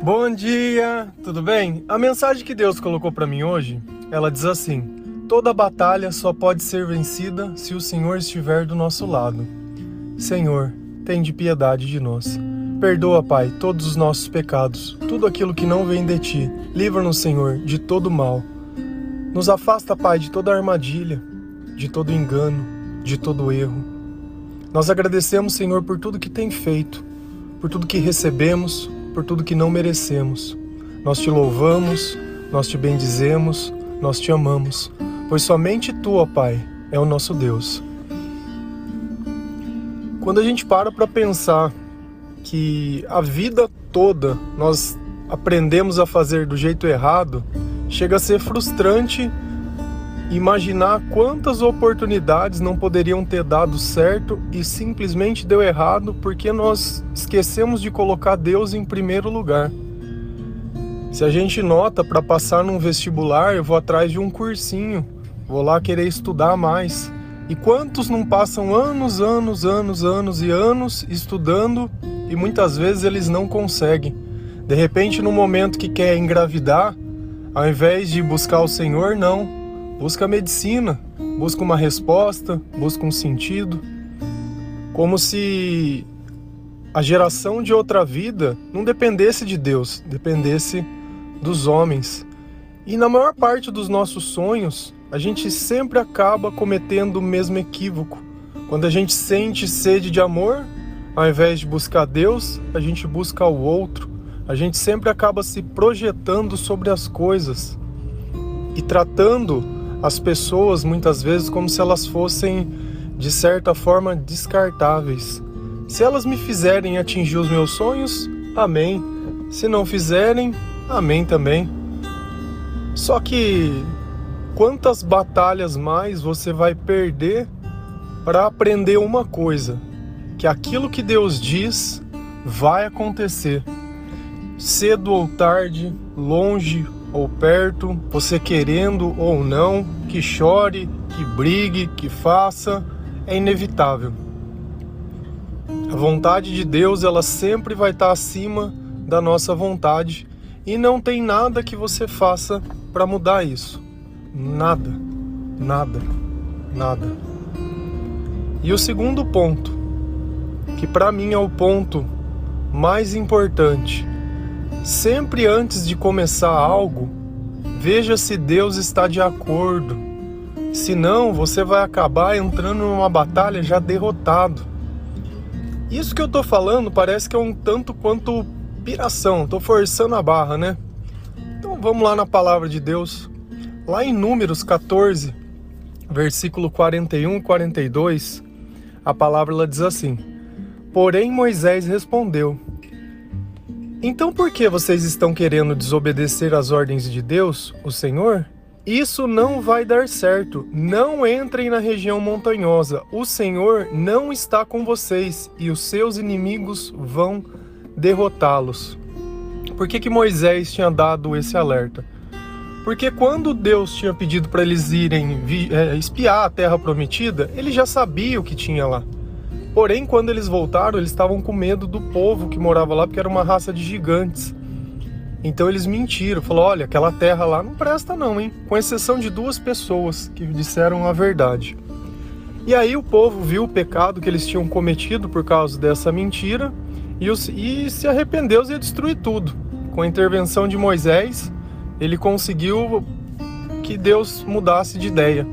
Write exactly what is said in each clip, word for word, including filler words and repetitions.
Bom dia, tudo bem? A mensagem que Deus colocou para mim hoje, ela diz assim: toda batalha só pode ser vencida se o Senhor estiver do nosso lado. Senhor, tende piedade de nós. Perdoa, Pai, todos os nossos pecados, tudo aquilo que não vem de Ti. Livra-nos, Senhor, de todo mal. Nos afasta, Pai, de toda armadilha, de todo engano, de todo erro. Nós agradecemos, Senhor, por tudo que tem feito, por tudo que recebemos, por tudo que não merecemos. Nós te louvamos, nós te bendizemos, nós te amamos, pois somente Tu, ó Pai, é o nosso Deus. Quando a gente para para pensar que a vida toda nós aprendemos a fazer do jeito errado, chega a ser frustrante imaginar quantas oportunidades não poderiam ter dado certo e simplesmente deu errado porque nós esquecemos de colocar Deus em primeiro lugar. Se a gente nota, para passar num vestibular, eu vou atrás de um cursinho, vou lá querer estudar mais. E quantos não passam anos, anos, anos, anos e anos estudando e muitas vezes eles não conseguem. De repente, no momento que quer engravidar, ao invés de buscar o Senhor, não. Busca a medicina, busca uma resposta, busca um sentido. Como se a geração de outra vida não dependesse de Deus, dependesse dos homens. E na maior parte dos nossos sonhos, a gente sempre acaba cometendo o mesmo equívoco. Quando a gente sente sede de amor, ao invés de buscar Deus, a gente busca o outro. A gente sempre acaba se projetando sobre as coisas e tratando as pessoas muitas vezes como se elas fossem, de certa forma, descartáveis. Se elas me fizerem atingir os meus sonhos, amém. Se não fizerem, amém também. Só que quantas batalhas mais você vai perder para aprender uma coisa? Que aquilo que Deus diz vai acontecer. Cedo ou tarde, longe ou perto, você querendo ou não, que chore, que brigue, que faça, é inevitável. A vontade de Deus, ela sempre vai estar acima da nossa vontade e não tem nada que você faça para mudar isso. Nada, nada, nada. E o segundo ponto, que para mim é o ponto mais importante: sempre antes de começar algo, veja se Deus está de acordo. Senão, você vai acabar entrando numa batalha já derrotado. Isso que eu tô falando parece que é um tanto quanto piração, tô forçando a barra, né? Então vamos lá na palavra de Deus. Lá em Números catorze, versículo quarenta e um e quarenta e dois, a palavra ela diz assim: porém Moisés respondeu: então por que vocês estão querendo desobedecer às ordens de Deus, o Senhor? Isso não vai dar certo. Não entrem na região montanhosa. O Senhor não está com vocês e os seus inimigos vão derrotá-los. Por que que Moisés tinha dado esse alerta? Porque quando Deus tinha pedido para eles irem é, espiar a terra prometida, ele já sabia o que tinha lá. Porém, quando eles voltaram, eles estavam com medo do povo que morava lá, porque era uma raça de gigantes. Então eles mentiram, falaram: olha, aquela terra lá não presta não, hein? Com exceção de duas pessoas que disseram a verdade. E aí o povo viu o pecado que eles tinham cometido por causa dessa mentira e, os, e se arrependeu e ia destruir tudo. Com a intervenção de Moisés, ele conseguiu que Deus mudasse de ideia.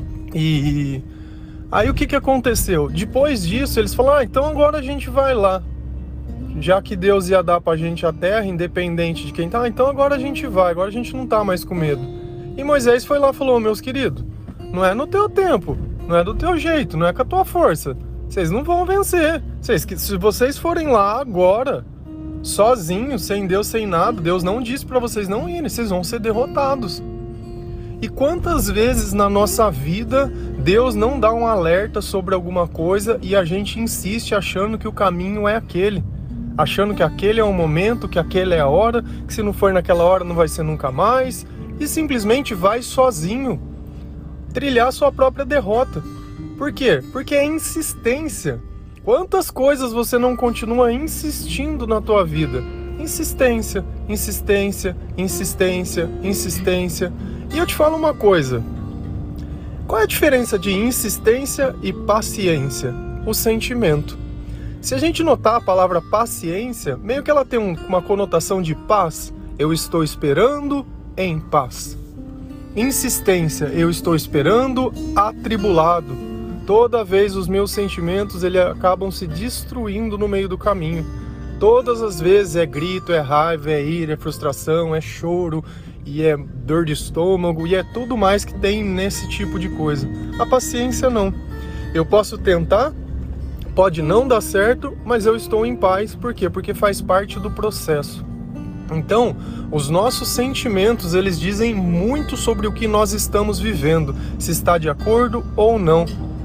E aí o que que aconteceu? Depois disso eles falaram: ah, então agora a gente vai lá. Já que Deus ia dar pra gente a terra, independente de quem tá, então agora a gente vai, agora a gente não tá mais com medo. E Moisés foi lá e falou: meus queridos, não é no teu tempo, não é do teu jeito, não é com a tua força. Vocês não vão vencer. Vocês, se vocês forem lá agora, sozinhos, sem Deus, sem nada, Deus não disse pra vocês não irem, vocês vão ser derrotados. E quantas vezes na nossa vida Deus não dá um alerta sobre alguma coisa e a gente insiste achando que o caminho é aquele, achando que aquele é o momento, que aquele é a hora, que se não for naquela hora não vai ser nunca mais, e simplesmente vai sozinho trilhar sua própria derrota. Por quê? Porque é insistência. Quantas coisas você não continua insistindo na tua vida? Insistência, insistência, insistência, insistência. E eu te falo uma coisa. Qual é a diferença de insistência e paciência? O sentimento. Se a gente notar a palavra paciência, meio que ela tem um, uma conotação de paz. Eu estou esperando em paz. Insistência, eu estou esperando atribulado. Toda vez os meus sentimentos eles acabam se destruindo no meio do caminho. Todas as vezes é grito, é raiva, é ira, é frustração, é choro, e é dor de estômago, e é tudo mais que tem nesse tipo de coisa. A paciência não. Eu posso tentar, pode não dar certo, mas eu estou em paz. Por quê? Porque faz parte do processo. Então, os nossos sentimentos, eles dizem muito sobre o que nós estamos vivendo, se está de acordo ou não.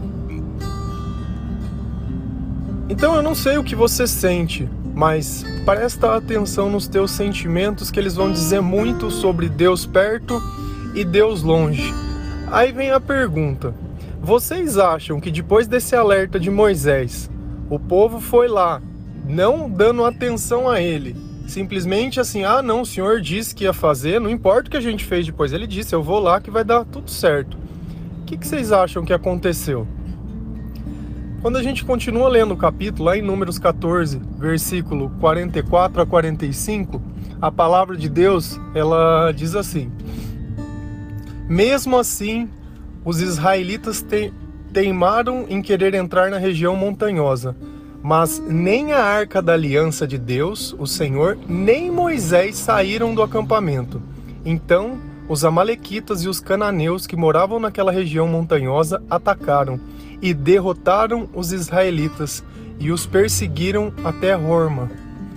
Então, eu não sei o que você sente, mas presta atenção nos teus sentimentos, que eles vão dizer muito sobre Deus perto e Deus longe. Aí vem a pergunta: vocês acham que depois desse alerta de Moisés, o povo foi lá, não dando atenção a ele, simplesmente assim, ah não, o Senhor disse que ia fazer, não importa o que a gente fez depois, ele disse, eu vou lá que vai dar tudo certo. O que, que vocês acham que aconteceu? Quando a gente continua lendo o capítulo, lá em Números quatorze, versículo quarenta e quatro a quarenta e cinco, a palavra de Deus, ela diz assim: mesmo assim, os israelitas te- teimaram em querer entrar na região montanhosa, mas nem a arca da aliança de Deus, o Senhor, nem Moisés saíram do acampamento. Então, os amalequitas e os cananeus que moravam naquela região montanhosa atacaram e derrotaram os israelitas e os perseguiram até Horma.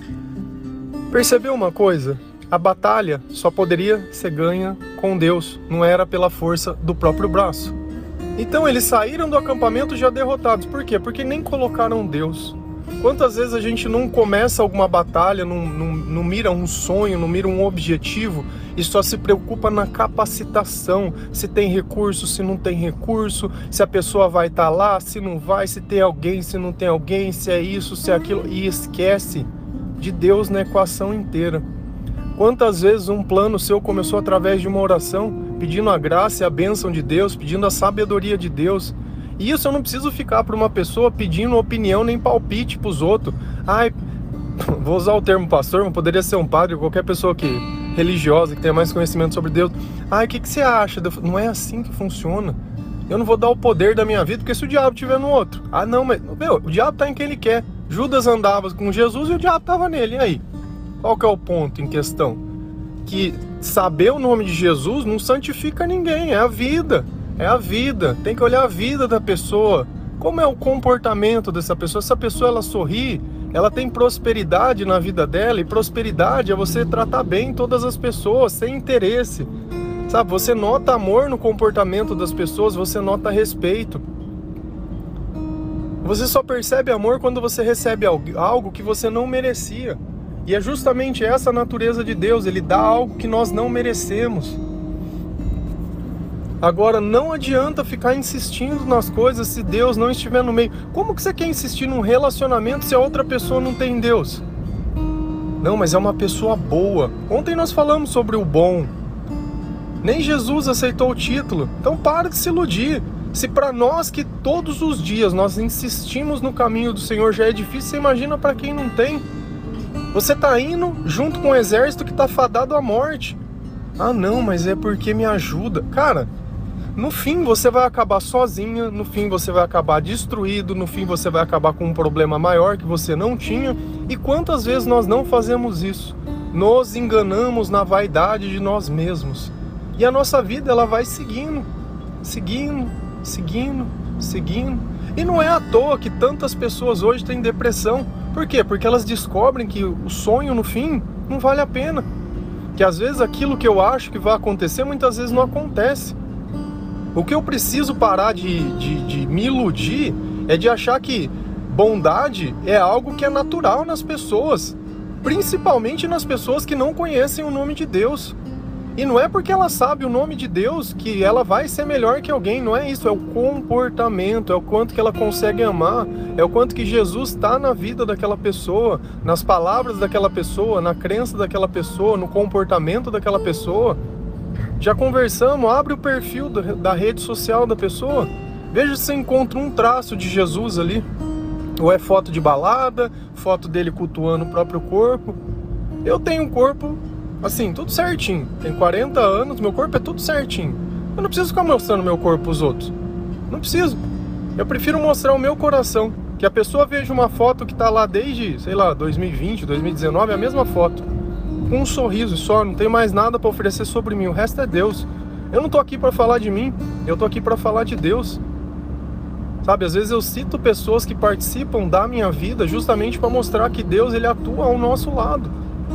Percebeu uma coisa? A batalha só poderia ser ganha com Deus, não era pela força do próprio braço. Então eles saíram do acampamento já derrotados. Por quê? Porque nem colocaram Deus. Quantas vezes a gente não começa alguma batalha, não, não, não mira um sonho, não mira um objetivo e só se preocupa na capacitação, se tem recurso, se não tem recurso, se a pessoa vai estar lá, se não vai, se tem alguém, se não tem alguém, se é isso, se é aquilo, e esquece de Deus na equação inteira. Quantas vezes um plano seu começou através de uma oração, pedindo a graça e a bênção de Deus, pedindo a sabedoria de Deus. E isso eu não preciso ficar para uma pessoa pedindo opinião nem palpite para os outros. Ai, vou usar o termo pastor, mas poderia ser um padre ou qualquer pessoa que, religiosa, que tenha mais conhecimento sobre Deus. Ai, o que, que você acha? Não é assim que funciona. Eu não vou dar o poder da minha vida, porque se o diabo estiver no outro. Ah, não, mas meu, o diabo está em quem ele quer. Judas andava com Jesus e o diabo estava nele. E aí? Qual que é o ponto em questão? Que saber o nome de Jesus não santifica ninguém, é a vida. É a vida, tem que olhar a vida da pessoa. Como é o comportamento dessa pessoa? Se a pessoa ela sorri, ela tem prosperidade na vida dela, e prosperidade é você tratar bem todas as pessoas, sem interesse. Sabe, você nota amor no comportamento das pessoas, você nota respeito. Você só percebe amor quando você recebe algo que você não merecia. E é justamente essa a natureza de Deus, Ele dá algo que nós não merecemos. Agora, não adianta ficar insistindo nas coisas se Deus não estiver no meio. Como que você quer insistir num relacionamento se a outra pessoa não tem Deus? Não, mas é uma pessoa boa. Ontem nós falamos sobre o bom. Nem Jesus aceitou o título. Então para de se iludir. Se para nós que todos os dias nós insistimos no caminho do Senhor já é difícil, você imagina para quem não tem. Você está indo junto com um exército que está fadado à morte. Ah não, mas é porque me ajuda. Cara, no fim você vai acabar sozinha, no fim você vai acabar destruído, no fim você vai acabar com um problema maior que você não tinha. E quantas vezes nós não fazemos isso? Nos enganamos na vaidade de nós mesmos. E a nossa vida ela vai seguindo, seguindo, seguindo, seguindo. E não é à toa que tantas pessoas hoje têm depressão. Por quê? Porque elas descobrem que o sonho no fim não vale a pena. Que às vezes aquilo que eu acho que vai acontecer, muitas vezes não acontece. O que eu preciso parar de, de, de me iludir é de achar que bondade é algo que é natural nas pessoas. Principalmente nas pessoas que não conhecem o nome de Deus. E não é porque ela sabe o nome de Deus que ela vai ser melhor que alguém, não é isso, é o comportamento, é o quanto que ela consegue amar, é o quanto que Jesus está na vida daquela pessoa, nas palavras daquela pessoa, na crença daquela pessoa, no comportamento daquela pessoa. Já conversamos, abre o perfil da rede social da pessoa, veja se você encontra um traço de Jesus ali, ou é foto de balada, foto dele cultuando o próprio corpo. Eu tenho um corpo assim, tudo certinho, tenho quarenta anos, meu corpo é tudo certinho. Eu não preciso ficar mostrando meu corpo pros outros, não preciso. Eu prefiro mostrar o meu coração, que a pessoa veja uma foto que tá lá desde, sei lá, dois mil e vinte, dois mil e dezenove, a mesma foto, com um sorriso só, não tem mais nada para oferecer sobre mim, o resto é Deus. Eu não tô aqui para falar de mim, eu tô aqui para falar de Deus. Sabe, às vezes eu cito pessoas que participam da minha vida justamente para mostrar que Deus, ele atua ao nosso lado.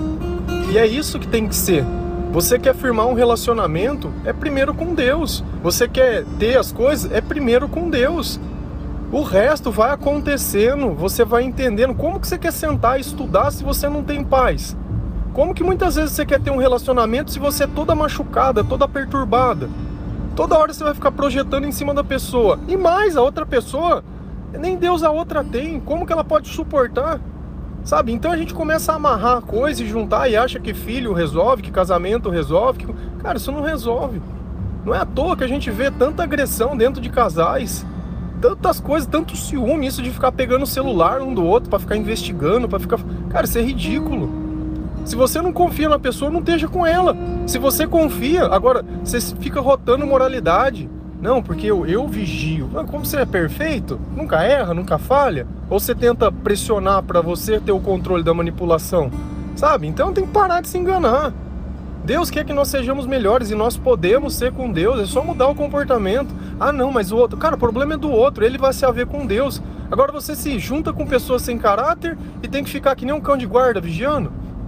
E é isso que tem que ser. Você quer firmar um relacionamento, é primeiro com Deus. Você quer ter as coisas, é primeiro com Deus. O resto vai acontecendo, você vai entendendo. Como que você quer sentar e estudar se você não tem paz? Como que muitas vezes você quer ter um relacionamento se você é toda machucada, toda perturbada? Toda hora você vai ficar projetando em cima da pessoa. E mais, a outra pessoa, nem Deus a outra tem. Como que ela pode suportar? Sabe? Então a gente começa a amarrar coisas e juntar e acha que filho resolve, que casamento resolve. Que... Cara, isso não resolve. Não é à toa que a gente vê tanta agressão dentro de casais, tantas coisas, tanto ciúme, isso de ficar pegando o celular um do outro, pra ficar investigando, pra ficar... Cara, isso é ridículo. Se você não confia na pessoa, não esteja com ela. Se você confia, agora, você fica rotando moralidade. Não, porque eu, eu vigio. Como você é perfeito, nunca erra, nunca falha? Ou você tenta pressionar para você ter o controle da manipulação? Sabe? Então tem que parar de se enganar. Deus quer que nós sejamos melhores e nós podemos ser com Deus. É só mudar o comportamento. Ah não, mas o outro... Cara, o problema é do outro. Ele vai se haver com Deus. Agora você se junta com pessoas sem caráter e tem que ficar que nem um cão de guarda vigiando.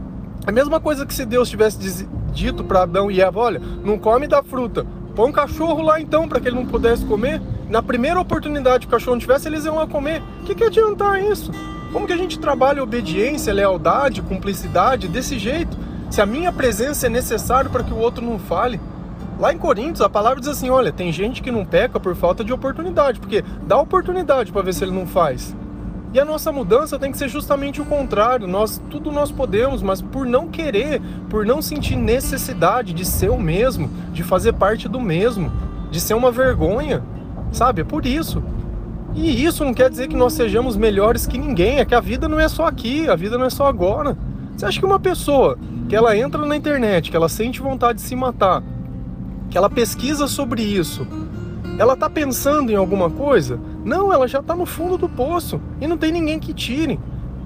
A mesma coisa que se Deus tivesse dito para Adão e Eva: olha, não come da fruta. Põe um cachorro lá então, para que ele não pudesse comer. Na primeira oportunidade que o cachorro não tivesse, eles iam lá comer. O que, que adiantar isso? Como que a gente trabalha obediência, lealdade, cumplicidade desse jeito? Se a minha presença é necessária para que o outro não fale. Lá em Coríntios, a palavra diz assim: olha, tem gente que não peca por falta de oportunidade, porque dá oportunidade para ver se ele não faz. E a nossa mudança tem que ser justamente o contrário. Nós, tudo nós podemos, mas por não querer, por não sentir necessidade de ser o mesmo, de fazer parte do mesmo, de ser uma vergonha, sabe? É por isso. E isso não quer dizer que nós sejamos melhores que ninguém, é que a vida não é só aqui, a vida não é só agora. Você acha que uma pessoa que ela entra na internet, que ela sente vontade de se matar, que ela pesquisa sobre isso, ela tá pensando em alguma coisa? Não, ela já tá no fundo do poço e não tem ninguém que tire.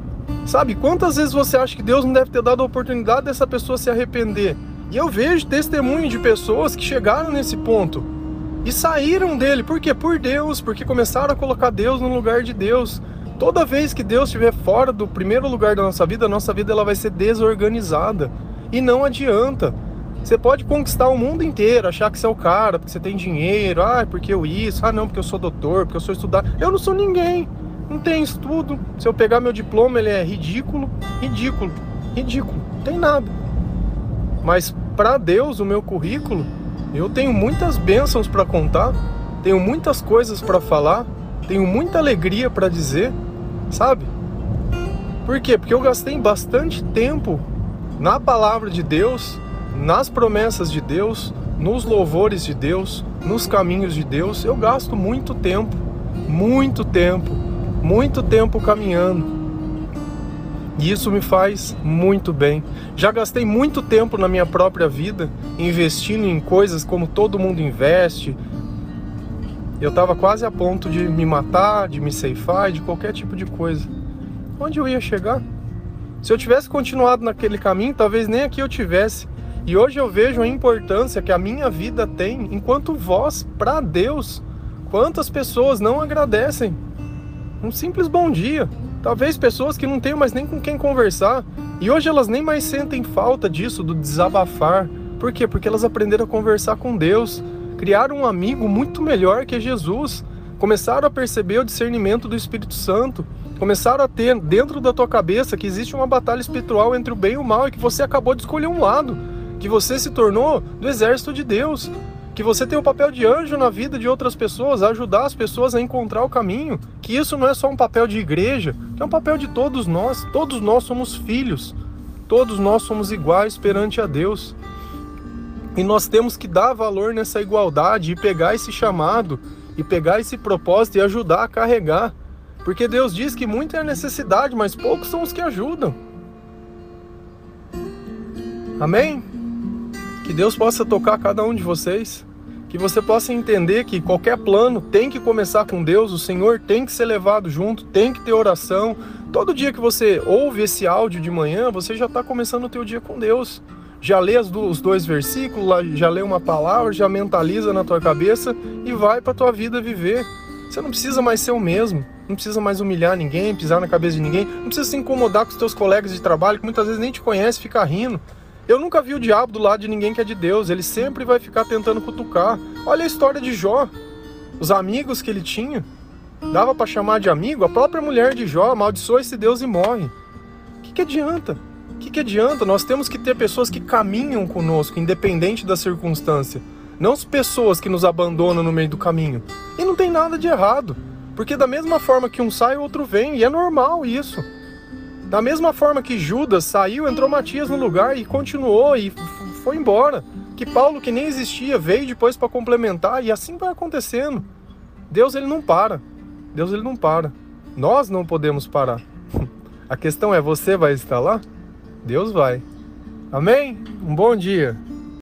Sabe, quantas vezes você acha que Deus não deve ter dado a oportunidade dessa pessoa se arrepender? E eu vejo testemunho de pessoas que chegaram nesse ponto e saíram dele. Por quê? Por Deus, porque começaram a colocar Deus no lugar de Deus. Toda vez que Deus estiver fora do primeiro lugar da nossa vida, a nossa vida ela vai ser desorganizada. E não adianta. Você pode conquistar o mundo inteiro, achar que você é o cara, porque você tem dinheiro, ah, porque eu isso, ah não, porque eu sou doutor, porque eu sou estudado. Eu não sou ninguém, não tenho estudo. Se eu pegar meu diploma, ele é ridículo, ridículo, ridículo, não tem nada. Mas para Deus, o meu currículo, eu tenho muitas bênçãos para contar, tenho muitas coisas para falar, tenho muita alegria para dizer, sabe? Por quê? Porque eu gastei bastante tempo na palavra de Deus, nas promessas de Deus, nos louvores de Deus, nos caminhos de Deus. Eu gasto muito tempo, muito tempo, muito tempo caminhando. E isso me faz muito bem. Já gastei muito tempo na minha própria vida, investindo em coisas como todo mundo investe. Eu estava quase a ponto de me matar, de me ceifar, de qualquer tipo de coisa. Onde eu ia chegar? Se eu tivesse continuado naquele caminho, talvez nem aqui eu tivesse. E hoje eu vejo a importância que a minha vida tem enquanto voz para Deus. Quantas pessoas não agradecem um simples bom dia? Talvez pessoas que não tenham mais nem com quem conversar. E hoje elas nem mais sentem falta disso, do desabafar. Por quê? Porque elas aprenderam a conversar com Deus. Criaram um amigo muito melhor que é Jesus. Começaram a perceber o discernimento do Espírito Santo. Começaram a ter dentro da tua cabeça que existe uma batalha espiritual entre o bem e o mal e que você acabou de escolher um lado. que você se tornou do exército de Deus, que você tem o papel de anjo na vida de outras pessoas, ajudar as pessoas a encontrar o caminho, que isso não é só um papel de igreja, que é um papel de todos nós. Todos nós somos filhos, todos nós somos iguais perante a Deus. E nós temos que dar valor nessa igualdade e pegar esse chamado, e pegar esse propósito e ajudar a carregar. Porque Deus diz que muita é a necessidade, mas poucos são os que ajudam. Amém? Que Deus possa tocar cada um de vocês. Que você possa entender que qualquer plano tem que começar com Deus. O Senhor tem que ser levado junto, tem que ter oração. Todo dia que você ouve esse áudio de manhã, você já está começando o teu dia com Deus. Já lê os dois versículos, já lê uma palavra, já mentaliza na tua cabeça e vai para a tua vida viver. Você não precisa mais ser o mesmo, não precisa mais humilhar ninguém, pisar na cabeça de ninguém, não precisa se incomodar com os teus colegas de trabalho, que muitas vezes nem te conhece, fica rindo. Eu nunca vi o diabo do lado de ninguém que é de Deus, ele sempre vai ficar tentando cutucar. Olha a história de Jó, os amigos que ele tinha, dava para chamar de amigo, a própria mulher de Jó amaldiçoa esse Deus e morre. O que, que adianta? O que, que adianta? Nós temos que ter pessoas que caminham conosco, independente da circunstância. Não as pessoas que nos abandonam no meio do caminho. E não tem nada de errado. Porque da mesma forma que um sai, o outro vem. E é normal isso. Da mesma forma que Judas saiu, entrou Matias no lugar e continuou e foi embora. Que Paulo, que nem existia, veio depois para complementar. E assim vai acontecendo. Deus, ele não para. Deus, ele não para. Nós não podemos parar. A questão é, você vai estar lá? Deus vai. Amém? Um bom dia.